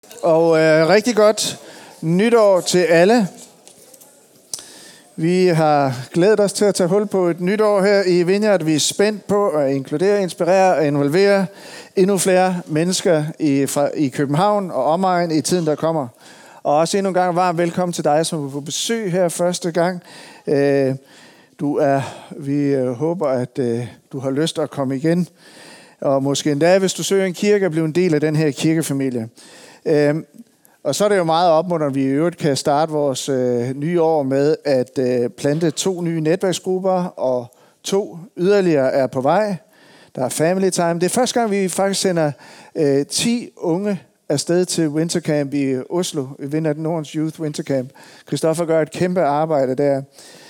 Og rigtig godt nytår til alle. Vi har glædet os til at tage hul på et nytår her i Vineyard. Vi er spændt på at inkludere, inspirere og involvere endnu flere mennesker i København og omegn i tiden, der kommer. Og også endnu en gang varmt velkommen til dig, som er på besøg her første gang. Vi håber, at du har lyst til at komme igen. Og måske endda, hvis du søger en kirke, at blive en del af den her kirkefamilie. Og så er det jo meget opmuntrende, at vi i øvrigt kan starte vores nye år med at plante 2 nye netværksgrupper, og 2 yderligere er på vej. Der er family time. Det er første gang, vi faktisk sender 10 unge afsted til Wintercamp i Oslo. Vi vinder Nordens Youth Wintercamp. Christoffer gør et kæmpe arbejde der.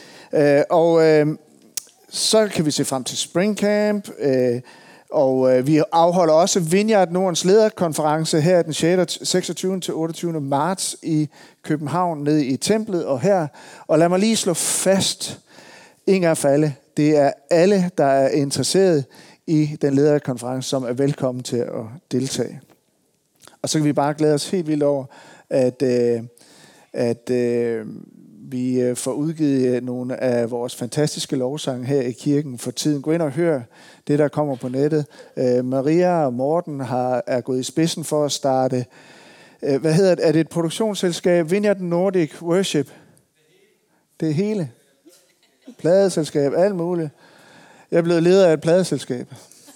Så kan vi se frem til Spring Camp. Og vi afholder også Vineyard Nordens lederkonference her den 26. til 28. marts i København, nede i templet og her. Og lad mig lige slå fast en gang for alle. Det er alle, der er interesseret i den lederkonference, som er velkommen til at deltage. Og så kan vi bare glæde os helt vildt over, at vi får udgivet nogle af vores fantastiske lovsange her i kirken for tiden. Gå ind og hør det, der kommer på nettet. Maria og Morten er gået i spidsen for at starte, er det et produktionsselskab? Vineyard Nordic Worship. Det hele. Pladeselskab, alt muligt. Jeg er blevet leder af et pladeselskab.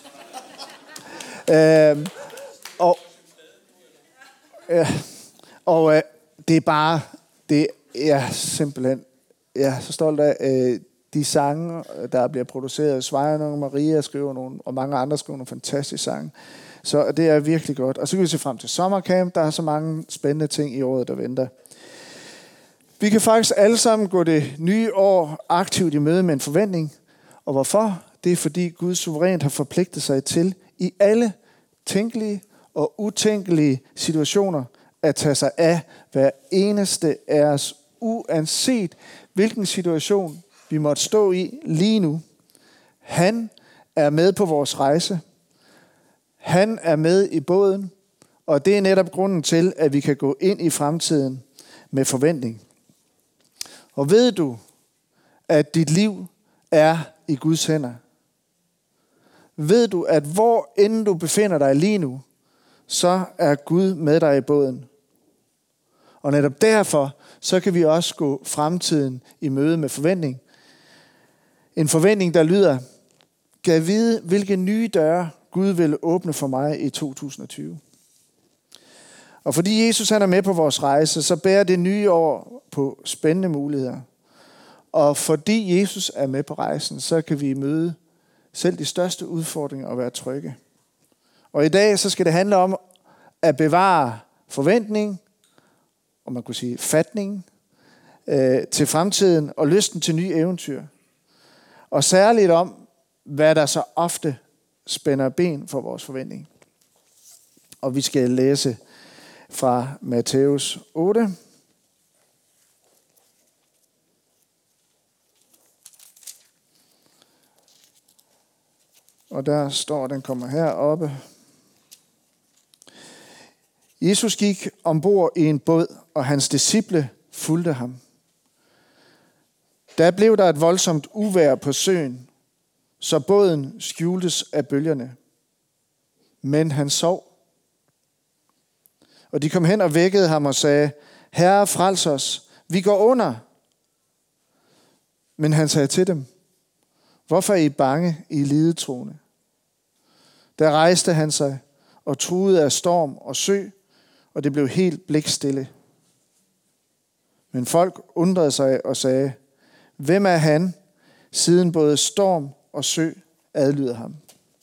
Det er bare, jeg er simpelthen, jeg er så stolt af de sange, der bliver produceret. Svejer nogle, Maria skriver nogle, og mange andre skriver nogle fantastiske sange. Så det er virkelig godt. Og så kan vi se frem til sommercamp. Der er så mange spændende ting i året, der venter. Vi kan faktisk alle sammen gå det nye år aktivt i møde med en forventning. Og hvorfor? Det er fordi Gud suverænt har forpligtet sig til i alle tænkelige og utænkelige situationer at tage sig af hver eneste af os, uanset hvilken situation vi måtte stå i lige nu. Han er med på vores rejse. Han er med i båden, og det er netop grunden til, at vi kan gå ind i fremtiden med forventning. Og ved du, at dit liv er i Guds hænder? Ved du, at hvor end du befinder dig lige nu, så er Gud med dig i båden. Og netop derfor, så kan vi også gå fremtiden i møde med forventning. En forventning, der lyder, kan vide, hvilke nye døre Gud vil åbne for mig i 2020. Og fordi Jesus han er med på vores rejse, så bærer det nye år på spændende muligheder. Og fordi Jesus er med på rejsen, så kan vi møde selv de største udfordringer og være trygge. Og i dag så skal det handle om at bevare forventning, og man kunne sige fatning, til fremtiden og lysten til nye eventyr. Og særligt om, hvad der så ofte spænder ben for vores forventning. Og vi skal læse fra Matthæus 8. Og der står, den kommer heroppe. Jesus gik ombord i en båd, og hans disciple fulgte ham. Der blev der et voldsomt uvejr på søen, så båden skjultes af bølgerne. Men han sov. Og de kom hen og vækkede ham og sagde, Herre, frels os, vi går under. Men han sagde til dem, hvorfor er I bange, I lidetroende? Der rejste han sig og truede af storm og sø, og det blev helt blikstille. Men folk undrede sig og sagde, hvem er han, siden både storm og sø adlyder ham?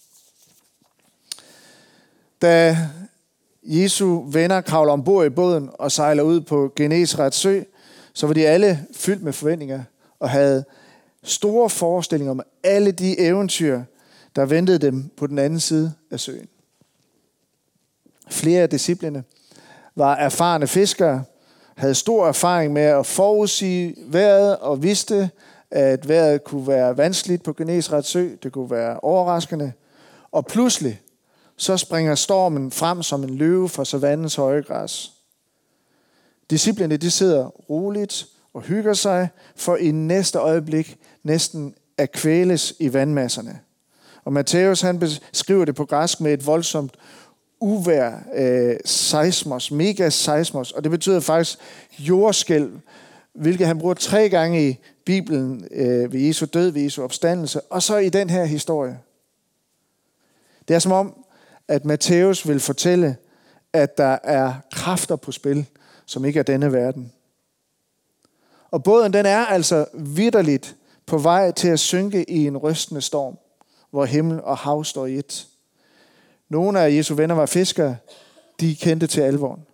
Da Jesu venner kravler ombord i båden og sejler ud på Genesarets sø, så var de alle fyldt med forventninger og havde store forestillinger om alle de eventyr, der ventede dem på den anden side af søen. Flere af disciplene var erfarne fiskere, havde stor erfaring med at forudsige vejret og vidste, at vejret kunne være vanskeligt på Genesarets sø. Det kunne være overraskende. Og pludselig så springer stormen frem som en løve fra savannens høje græs. Disciplene de sidder roligt og hygger sig, for i næste øjeblik næsten at kvæles i vandmasserne. Og Matthæus han beskriver det på græsk med et voldsomt uvejr, seismos, mega seismos, og det betyder faktisk jordskælv, hvilket han bruger 3 gange i Bibelen ved Jesu død, ved Jesu opstandelse, og så i den her historie. Det er som om, at Matthæus vil fortælle, at der er kræfter på spil, som ikke er denne verden. Og båden den er altså vitterligt på vej til at synke i en rystende storm, hvor himmel og hav står i et. Nogle af Jesu venner var fiskere, de kendte til alvoren.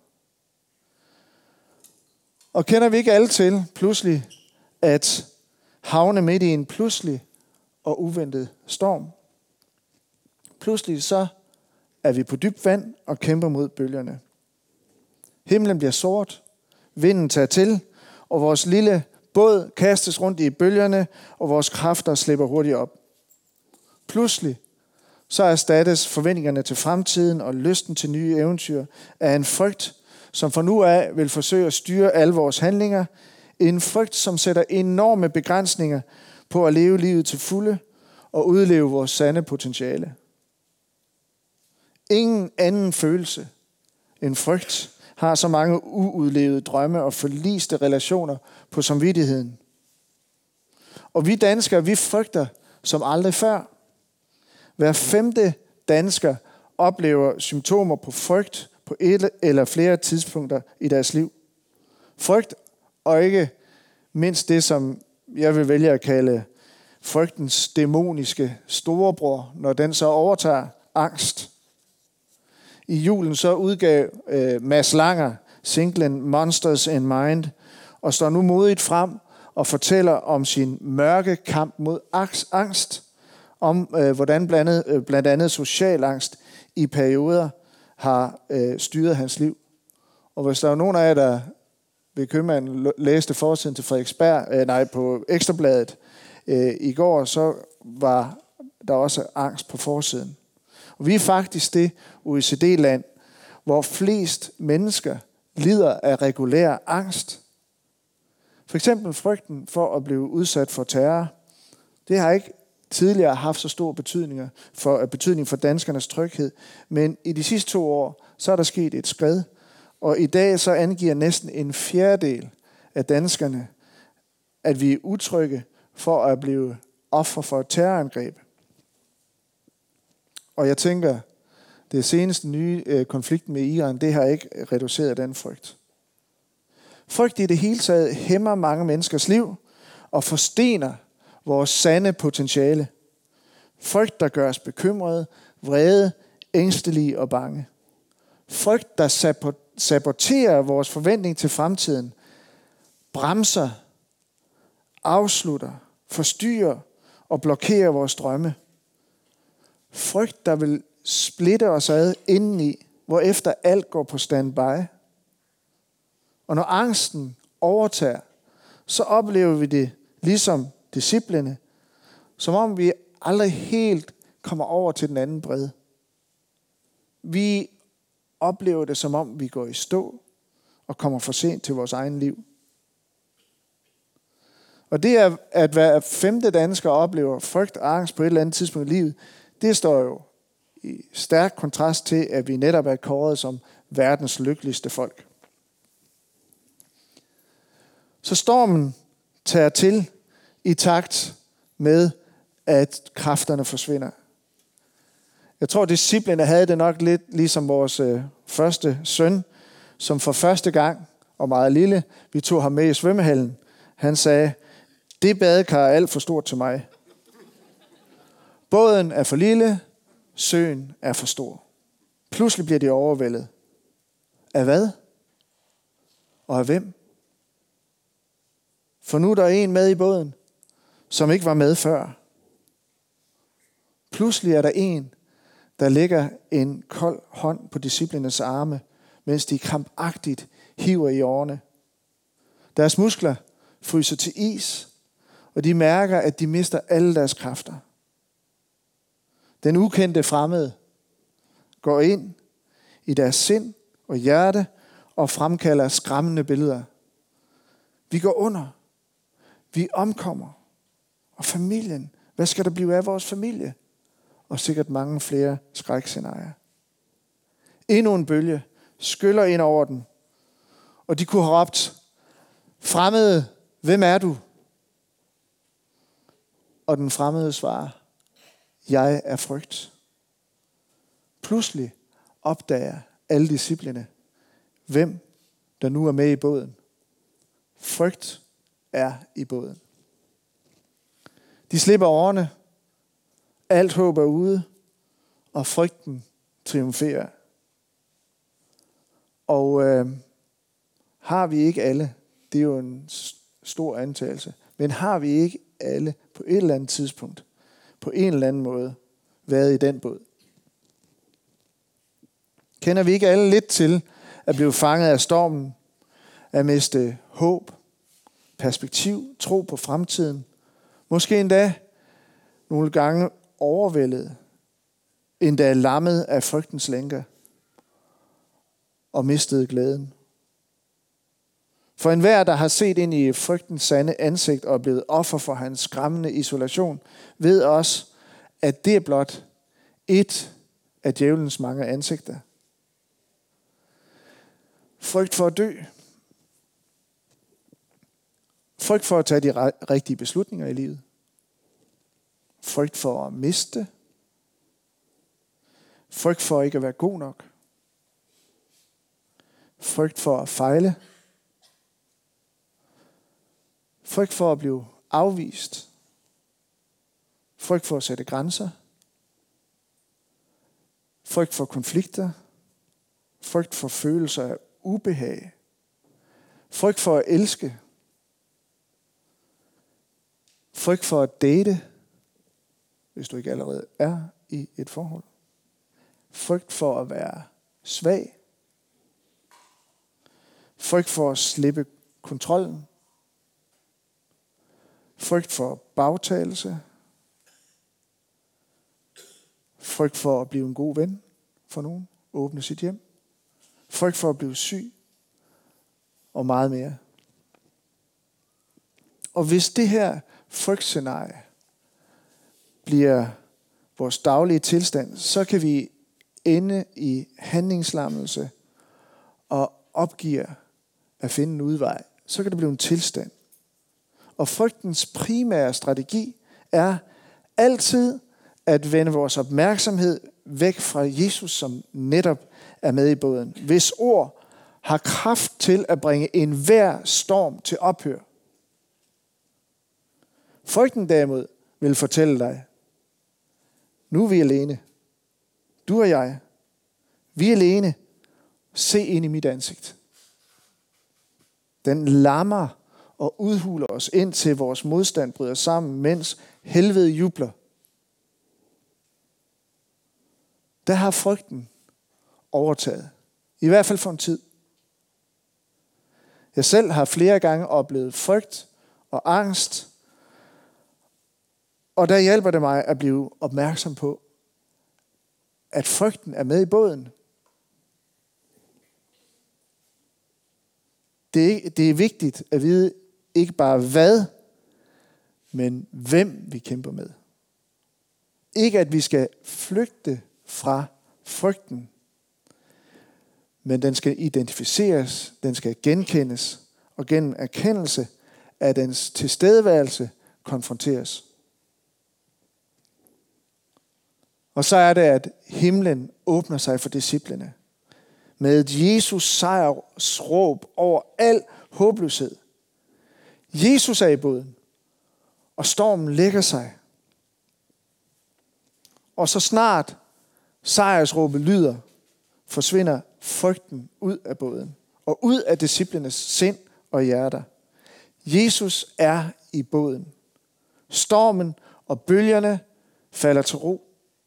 Og kender vi ikke alle til pludselig at havne midt i en pludselig og uventet storm? Pludselig så er vi på dybt vand og kæmper mod bølgerne. Himlen bliver sort, vinden tager til, og vores lille båd kastes rundt i bølgerne, og vores kræfter slipper hurtigt op. Pludselig så erstattes forventningerne til fremtiden og lysten til nye eventyr af en frygt, som fra nu af vil forsøge at styre alle vores handlinger. En frygt, som sætter enorme begrænsninger på at leve livet til fulde og udleve vores sande potentiale. Ingen anden følelse end frygt har så mange uudlevede drømme og forliste relationer på samvittigheden. Og vi danskere, vi frygter som aldrig før. Hver 5. dansker oplever symptomer på frygt på et eller flere tidspunkter i deres liv. Frygt, og ikke mindst det, som jeg vil vælge at kalde frygtens dæmoniske storebror, når den så overtager angst. I julen så udgav Mads Langer singlen Monsters in Mind, og står nu modigt frem og fortæller om sin mørke kamp mod angst, om hvordan blandt andet social angst i perioder har styret hans liv. Og hvis der er nogen af jer, der ved købmanden læste forsiden til Frederiksberg, på Ekstrabladet i går, så var der også angst på forsiden. Og vi er faktisk det OECD-land, hvor flest mennesker lider af regulær angst. For eksempel frygten for at blive udsat for terror. Det har ikke tidligere haft så stor betydning for danskernes tryghed, men i de sidste 2 år, så er der sket et skred, og i dag så angiver næsten en 1/4 af danskerne, at vi er utrygge for at blive offer for et terrorangreb. Og jeg tænker, det seneste nye konflikt med Iran, det har ikke reduceret den frygt. Frygt i det hele taget hæmmer mange menneskers liv og forstener vores sande potentiale. Frygt, der gør os bekymrede, vrede, ængstelige og bange. Frygt, der saboterer vores forventning til fremtiden, bremser, afslutter, forstyrrer og blokerer vores drømme. Frygt, der vil splitte os ad indeni, hvorefter alt går på standby. Og når angsten overtager, så oplever vi det ligesom disciplene, som om vi aldrig helt kommer over til den anden bred. Vi oplever det som om vi går i stå og kommer for sent til vores egen liv. Og det er, at hver 5. dansker oplever frygt og angst på et eller andet tidspunkt i livet, det står jo i stærk kontrast til, at vi netop er kåret som verdens lykkeligste folk. Så stormen tager til i takt med, at kræfterne forsvinder. Jeg tror, disciplene havde det nok lidt ligesom vores første søn, som for første gang, og meget lille, vi tog ham med i svømmehallen. Han sagde, det badekar er alt for stort til mig. Båden er for lille, søen er for stor. Pludselig bliver de overvældet. Af hvad? Og af hvem? For nu er der en med i båden, som ikke var med før. Pludselig er der en, der lægger en kold hånd på disciplenes arme, mens de krampagtigt hiver i årene. Deres muskler fryser til is, og de mærker, at de mister alle deres kræfter. Den ukendte fremmede går ind i deres sind og hjerte og fremkalder skræmmende billeder. Vi går under. Vi omkommer. Og familien. Hvad skal der blive af vores familie? Og sikkert mange flere skrækscenarier. Endnu en bølge skyller ind over den. Og de kunne have råbt, fremmede, hvem er du? Og den fremmede svarer, jeg er frygt. Pludselig opdager alle disciplene, hvem der nu er med i båden. Frygt er i båden. De slipper årene. Alt håb er ude, og frygten triumferer. Og har vi ikke alle, det er jo en stor antagelse, men har vi ikke alle på et eller andet tidspunkt, på en eller anden måde, været i den båd? Kender vi ikke alle lidt til at blive fanget af stormen, at miste håb, perspektiv, tro på fremtiden, måske endda nogle gange overvældet, endda lammet af frygtens lænker og mistede glæden? For enhver, der har set ind i frygtens sande ansigt og er blevet offer for hans skræmmende isolation, ved også, at det er blot et af djævelens mange ansigter. Frygt for at dø. Frygt for at tage de rigtige beslutninger i livet. Frygt for at miste. Frygt for ikke at være god nok. Frygt for at fejle. Frygt for at blive afvist. Frygt for at sætte grænser. Frygt for konflikter. Frygt for følelser af ubehag. Frygt for at elske. Frygt for at date, hvis du ikke allerede er i et forhold. Frygt for at være svag. Frygt for at slippe kontrollen. Frygt for bagtagelse. Frygt for at blive en god ven for nogen. Åbne sit hjem. Frygt for at blive syg. Og meget mere. Og hvis det her frygtscenarie bliver vores daglige tilstand, så kan vi ende i handlingslammelse og opgiver at finde en udvej. Så kan det blive en tilstand. Og frygtens primære strategi er altid at vende vores opmærksomhed væk fra Jesus, som netop er med i båden. Hvis ord har kraft til at bringe enhver storm til ophør. Frygten derimod vil fortælle dig, nu er vi alene. Du og jeg. Vi er alene. Se ind i mit ansigt. Den lammer og udhuler os, indtil vores modstand bryder sammen, mens helvede jubler. Der har frygten overtaget. I hvert fald for en tid. Jeg selv har flere gange oplevet frygt og angst. Og der hjælper det mig at blive opmærksom på, at frygten er med i båden. Det er vigtigt at vide ikke bare hvad, men hvem vi kæmper med. Ikke at vi skal flygte fra frygten, men den skal identificeres, den skal genkendes, og gennem erkendelse af dens tilstedeværelse konfronteres. Og så er det, at himlen åbner sig for disciplene med et Jesus sejrsråb over al håbløshed. Jesus er i båden, og stormen lægger sig. Og så snart sejrsråbet lyder, forsvinder frygten ud af båden og ud af disciplenes sind og hjerter. Jesus er i båden. Stormen og bølgerne falder til ro.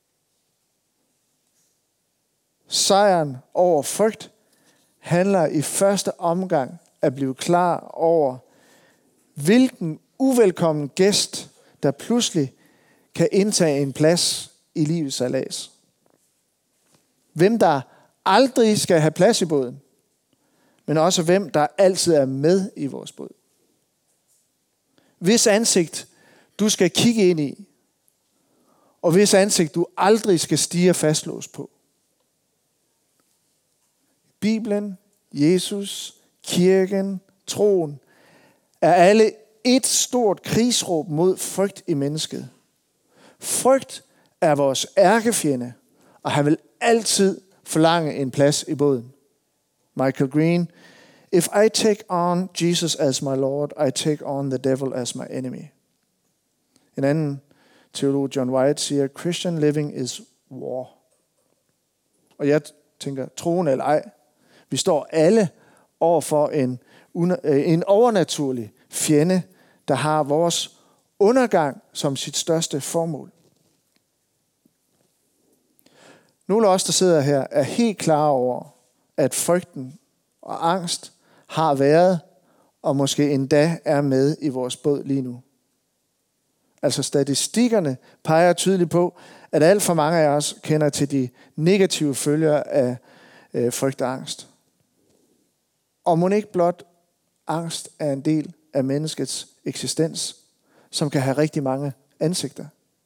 Sejren over frygt handler i første omgang at blive klar over, hvilken uvelkommen gæst, der pludselig kan indtage en plads i livets sejlads. Hvem der aldrig skal have plads i båden, men også hvem der altid er med i vores båd. Hvis ansigt du skal kigge ind i, og hvis ansigt du aldrig skal stirre og fastlås på. Bibelen, Jesus, kirken, troen er alle et stort krigsråb mod frygt i mennesket. Frygt er vores ærkefjende, og han vil altid forlange en plads i båden. Michael Green: If I take on Jesus as my Lord, I take on the devil as my enemy. En anden teolog, John White, siger, Christian living is war. Og jeg tænker, troen eller ej, vi står alle over for en overnaturlig fjende, der har vores undergang som sit største formål. Nogle af os, der sidder her, er helt klar over, at frygten og angst har været, og måske endda er med i vores båd lige nu. Altså statistikkerne peger tydeligt på, at alt for mange af os kender til de negative følger af frygt og angst. Og må ikke blot angst er en del af menneskets eksistens, som kan have rigtig mange ansigter.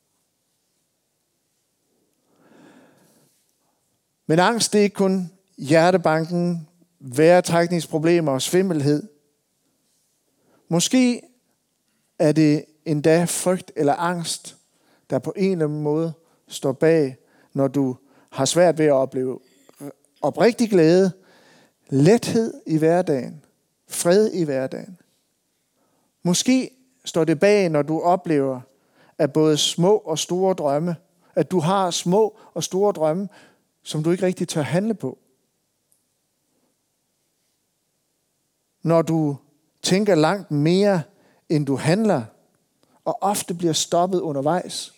Men angst, det er ikke kun hjertebanken, vejrtrækningsproblemer og svimmelhed. Måske er det endda frygt eller angst, der på en eller anden måde står bag, når du har svært ved at opleve oprigtig glæde, lethed i hverdagen, fred i hverdagen. Måske står det bag, når du oplever, at både små og store drømme, at du har små og store drømme, som du ikke rigtig tør handle på. Når du tænker langt mere, end du handler, og ofte bliver stoppet undervejs.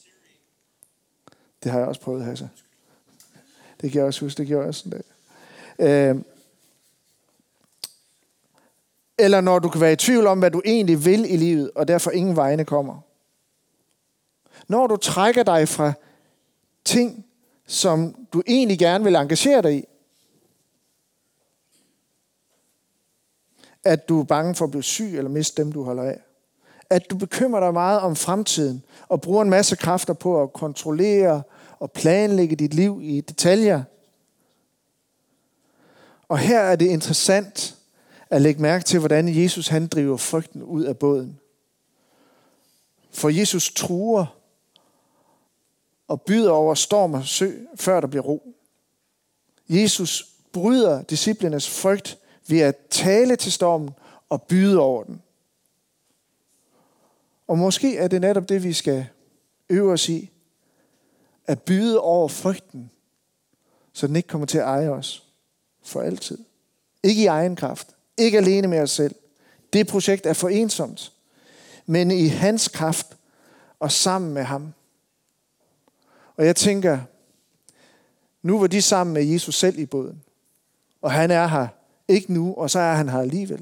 Det har jeg også prøvet, Hasse. Det kan jeg også huske, det gjorde jeg sådan dag. Eller når du kan være i tvivl om, hvad du egentlig vil i livet, og derfor ingen vegne kommer. Når du trækker dig fra ting, som du egentlig gerne vil engagere dig i. At du er bange for at blive syg eller miste dem, du holder af. At du bekymrer dig meget om fremtiden og bruger en masse kræfter på at kontrollere og planlægge dit liv i detaljer. Og her er det interessant at lægge mærke til, hvordan Jesus han driver frygten ud af båden. For Jesus truer og byder over storm og sø, før der bliver ro. Jesus bryder disciplenes frygt ved at tale til stormen og byde over den. Og måske er det netop det, vi skal øve os i. At byde over frygten, så den ikke kommer til at eje os for altid. Ikke i egen kraft. Ikke alene med os selv. Det projekt er for ensomt. Men i hans kraft og sammen med ham. Og jeg tænker, nu var de sammen med Jesus selv i båden. Og han er her ikke nu, og så er han her alligevel.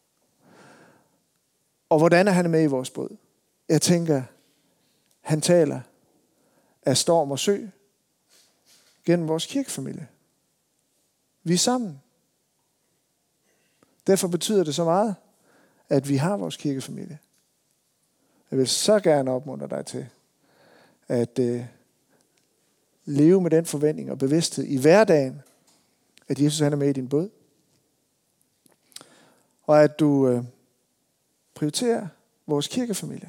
Og hvordan er han med i vores båd? Jeg tænker, han taler af storm og sø gennem vores kirkefamilie. Vi er sammen. Derfor betyder det så meget, at vi har vores kirkefamilie. Jeg vil så gerne opmuntre dig til at leve med den forventning og bevidsthed i hverdagen, at Jesus han er med i din båd. Og at du prioriterer vores kirkefamilie.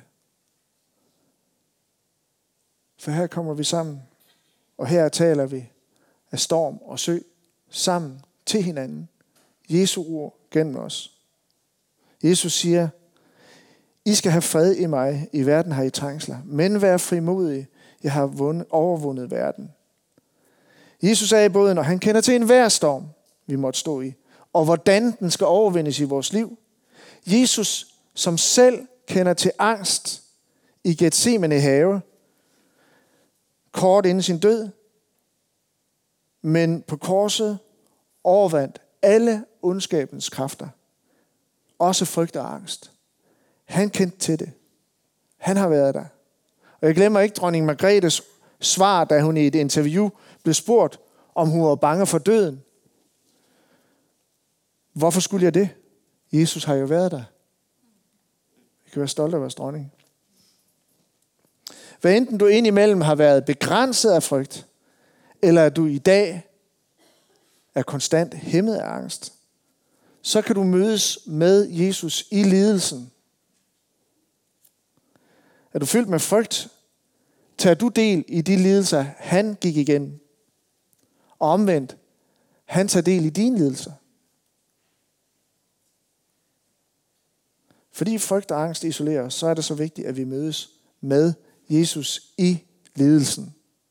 For her kommer vi sammen, og her taler vi af storm og sø sammen til hinanden. Jesu ord gennem os. Jesus siger, I skal have fred i mig, i verden har I trængsler, men vær frimodige, jeg har overvundet verden. Jesus er i båden, og han kender til enhver storm, vi måtte stå i, og hvordan den skal overvindes i vores liv. Jesus, som selv kender til angst i Getsemane have, kort inden sin død, men på korset overvandt alle ondskabens kræfter, også frygt og angst. Han kendte til det. Han har været der. Og jeg glemmer ikke dronning Margrethes svar, da hun i et interview blev spurgt, om hun var bange for døden. Hvorfor skulle jeg det? Jesus har jo været der. Vi kan være stolte af vores dronning. Hvad enten du indimellem har været begrænset af frygt, eller at du i dag er konstant hæmmet af angst, så kan du mødes med Jesus i lidelsen. Er du fyldt med frygt, tager du del i de lidelser, han gik igen. Og omvendt, han tager del i dine lidelser. Fordi frygt og angst isolerer os, så er det så vigtigt, at vi mødes med Jesus i lidelsen.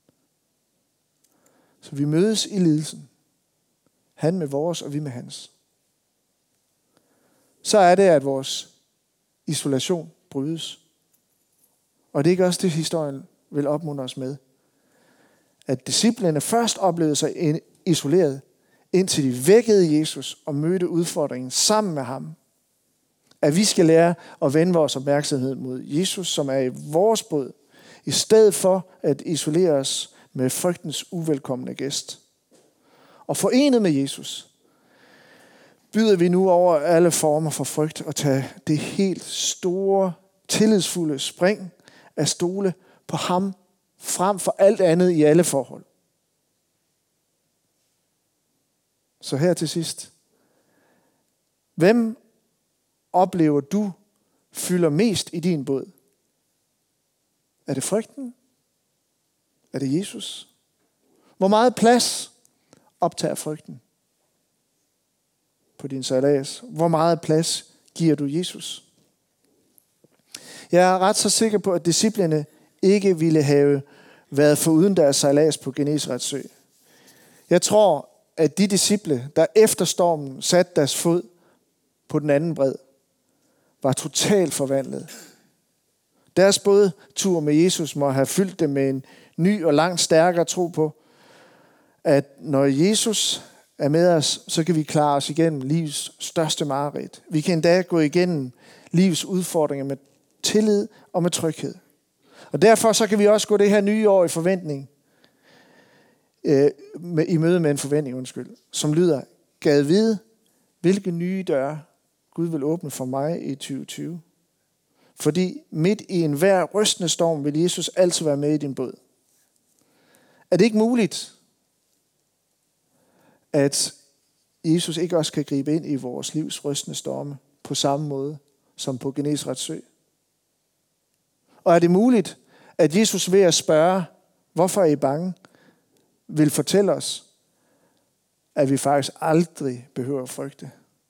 Så vi mødes i lidelsen. Han med vores, og vi med hans. Så er det, at vores isolation brydes. Og det er ikke også det, historien vil opmuntre os med. At disciplene først oplevede sig isoleret, indtil de vækkede Jesus og mødte udfordringen sammen med ham. At vi skal lære at vende vores opmærksomhed mod Jesus, som er i vores båd, i stedet for at isolere os med frygtens uvelkomne gæst. Og forenet med Jesus, byder vi nu over alle former for frygt og tage det helt store, tillidsfulde spring at stole på ham frem for alt andet i alle forhold. Så her til sidst. Hvem oplever du fylder mest i din båd? Er det frygten? Er det Jesus? Hvor meget plads optager frygten på din sejlads? Hvor meget plads giver du Jesus? Jeg er ret så sikker på, at disciplene ikke ville have været foruden deres sejlads på Genesarets sø. Jeg tror, at de disciple, der efter stormen satte deres fod på den anden bred, var totalt forvandlet. Deres bådtur med Jesus må have fyldt dem med en ny og langt stærkere tro på, at når Jesus er med os, så kan vi klare os igennem livets største mareridt. Vi kan endda gå igennem livets udfordringer med tillid og med tryghed. Og derfor så kan vi også gå det her nye år i forventning, i møde med en forventning, som lyder, gad vide, hvilke nye døre Gud vil åbne for mig i 2020. Fordi midt i enhver rystende storm vil Jesus altid være med i din båd. Er det ikke muligt, at Jesus ikke også kan gribe ind i vores livs rystende storme på samme måde som på Genesarets sø? Og er det muligt, at Jesus ved at spørge, hvorfor er I bange, vil fortælle os, at vi faktisk aldrig behøver at frygte?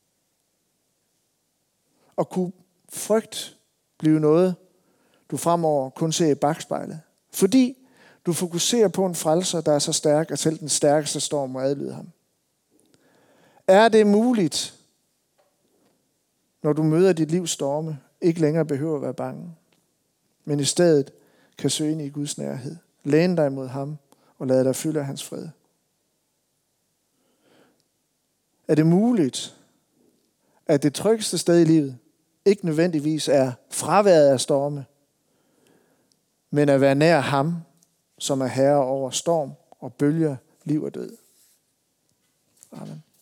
Og kunne frygt blive noget, du fremover kun ser i bagspejlet? Fordi du fokuserer på en frelser, der er så stærk, at selv den stærkeste storm må adlyde ham. Er det muligt, når du møder dit livs storme, ikke længere behøver at være bange, men i stedet kan søge ind i Guds nærhed, læne dig mod ham og lade dig fylde af hans fred? Er det muligt, at det tryggeste sted i livet ikke nødvendigvis er fraværet af storme, men at være nær ham, som er herre over storm og bølger, liv og død? Amen.